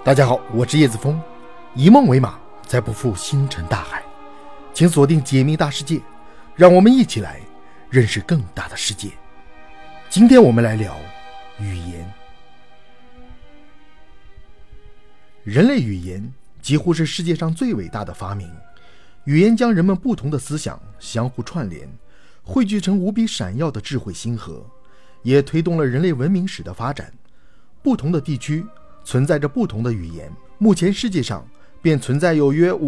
大家好，我是叶子峰，以梦为马，才不负星辰大海。请锁定解密大世界，让我们一起来认识更大的世界。今天我们来聊语言。人类语言几乎是世界上最伟大的发明，语言将人们不同的思想相互串联，汇聚成无比闪耀的智慧星河，也推动了人类文明史的发展。不同的地区存在着不同的语言，目前世界上便存在有约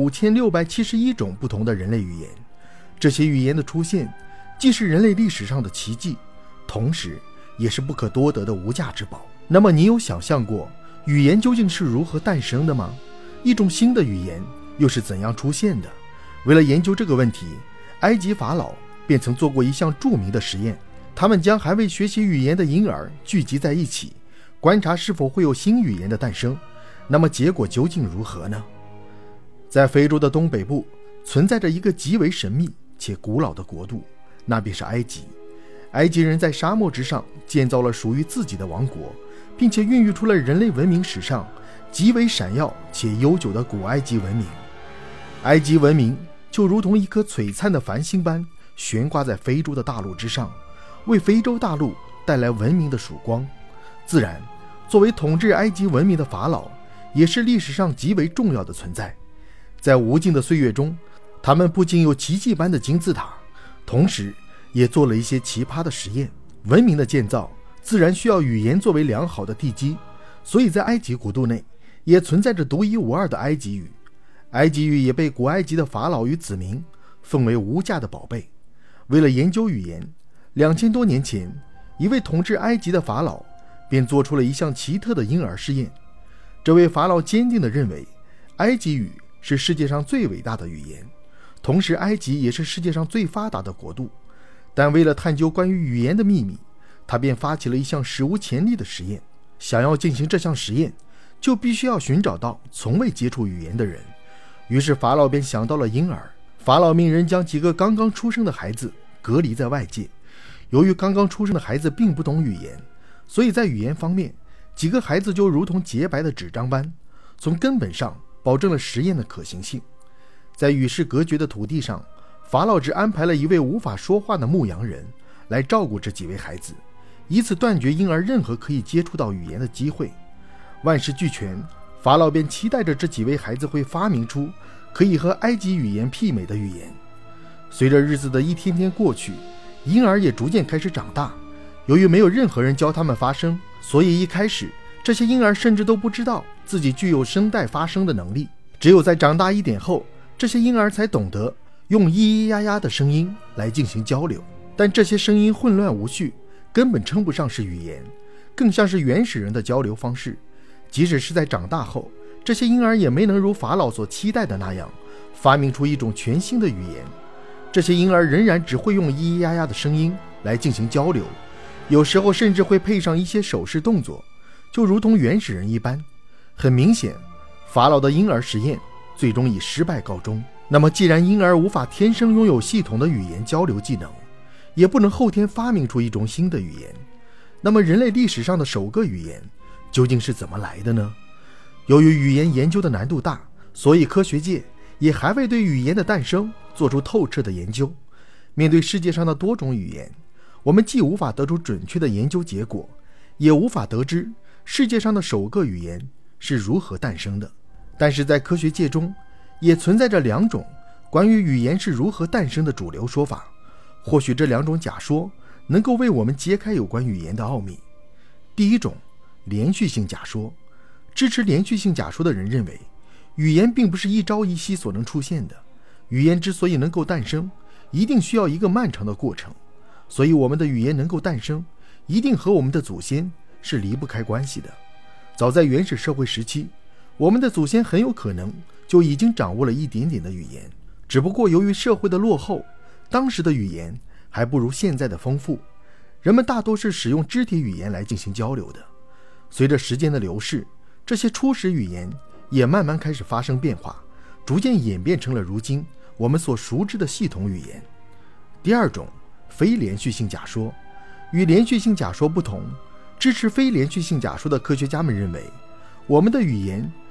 5671种不同的人类语言。这些语言的出现既是人类历史上的奇迹，同时也是不可多得的无价之宝。那么你有想象过语言究竟是如何诞生的吗？一种新的语言又是怎样出现的？为了研究这个问题，埃及法老便曾做过一项著名的实验，他们将还未学习语言的婴儿聚集在一起，观察是否会有新语言的诞生。那么结果究竟如何呢？在非洲的东北部存在着一个极为神秘且古老的国度，那便是埃及。埃及人在沙漠之上建造了属于自己的王国，并且孕育出了人类文明史上极为闪耀且悠久的古埃及文明。埃及文明就如同一颗璀璨的繁星般悬挂在非洲的大陆之上，为非洲大陆带来文明的曙光。自然，作为统治埃及文明的法老也是历史上极为重要的存在。在无尽的岁月中，他们不仅有奇迹般的金字塔，同时也做了一些奇葩的实验。文明的建造自然需要语言作为良好的地基，所以在埃及古都内也存在着独一无二的埃及语。埃及语也被古埃及的法老与子民奉为无价的宝贝。为了研究语言，2000多年前，一位统治埃及的法老便做出了一项奇特的婴儿试验。这位法老坚定地认为，埃及语是世界上最伟大的语言，同时埃及也是世界上最发达的国度。但为了探究关于语言的秘密，他便发起了一项史无前例的实验。想要进行这项实验，就必须要寻找到从未接触语言的人。于是法老便想到了婴儿。法老命人将几个刚刚出生的孩子隔离在外界。由于刚刚出生的孩子并不懂语言，所以在语言方面，几个孩子就如同洁白的纸张般，从根本上保证了实验的可行性。在与世隔绝的土地上，法老只安排了一位无法说话的牧羊人来照顾这几位孩子，以此断绝婴儿任何可以接触到语言的机会。万事俱全，法老便期待着这几位孩子会发明出可以和埃及语言媲美的语言。随着日子的一天天过去，婴儿也逐渐开始长大。由于没有任何人教他们发声，所以一开始这些婴儿甚至都不知道自己具有声带发声的能力。只有在长大一点后，这些婴儿才懂得用咿咿呀呀的声音来进行交流。但这些声音混乱无序，根本称不上是语言，更像是原始人的交流方式。即使是在长大后，这些婴儿也没能如法老所期待的那样发明出一种全新的语言。这些婴儿仍然只会用咿咿呀呀的声音来进行交流，有时候甚至会配上一些手势动作，就如同原始人一般。很明显，法老的婴儿实验最终以失败告终。那么既然婴儿无法天生拥有系统的语言交流技能，也不能后天发明出一种新的语言，那么人类历史上的首个语言究竟是怎么来的呢？由于语言研究的难度大，所以科学界也还未对语言的诞生做出透彻的研究。面对世界上的多种语言，我们既无法得出准确的研究结果，也无法得知世界上的首个语言是如何诞生的。但是在科学界中，也存在着两种关于语言是如何诞生的主流说法。或许这两种假说能够为我们揭开有关语言的奥秘。第一种，连续性假说。支持连续性假说的人认为，语言并不是一朝一夕所能出现的，语言之所以能够诞生，一定需要一个漫长的过程。所以我们的语言能够诞生，一定和我们的祖先是离不开关系的。早在原始社会时期，我们的祖先很有可能就已经掌握了一点点的语言，只不过由于社会的落后，当时的语言还不如现在的丰富，人们大多是使用肢体语言来进行交流的。随着时间的流逝，这些初始语言也慢慢开始发生变化，逐渐演变成了如今我们所熟知的系统语言。第二种，非连续性假说。与连续性假说不同，支持非连续性假说的科学家们认为，我们的语言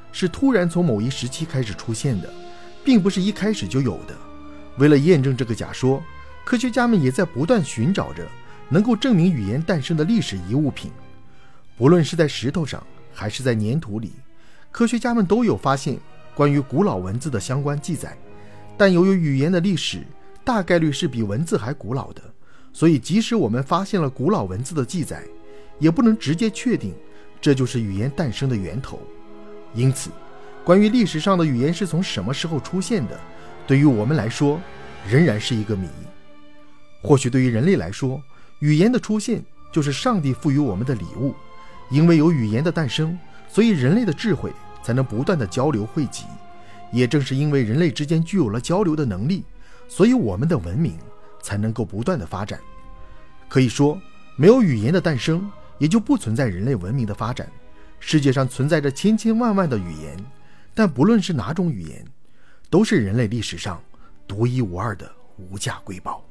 是突然从某一时期开始出现的，并不是一开始就有的。为了验证这个假说，科学家们也在不断寻找着能够证明语言诞生的历史遗物品。不论是在石头上还是在粘土里，科学家们都有发现关于古老文字的相关记载。但由于语言的历史大概率是比文字还古老的，所以即使我们发现了古老文字的记载，也不能直接确定这就是语言诞生的源头。因此，关于历史上的语言是从什么时候出现的，对于我们来说仍然是一个谜。或许对于人类来说，语言的出现就是上帝赋予我们的礼物。因为有语言的诞生，所以人类的智慧才能不断的交流汇集。也正是因为人类之间具有了交流的能力，所以我们的文明才能够不断的发展。可以说，没有语言的诞生，也就不存在人类文明的发展。世界上存在着千千万万的语言，但不论是哪种语言，都是人类历史上独一无二的无价瑰宝。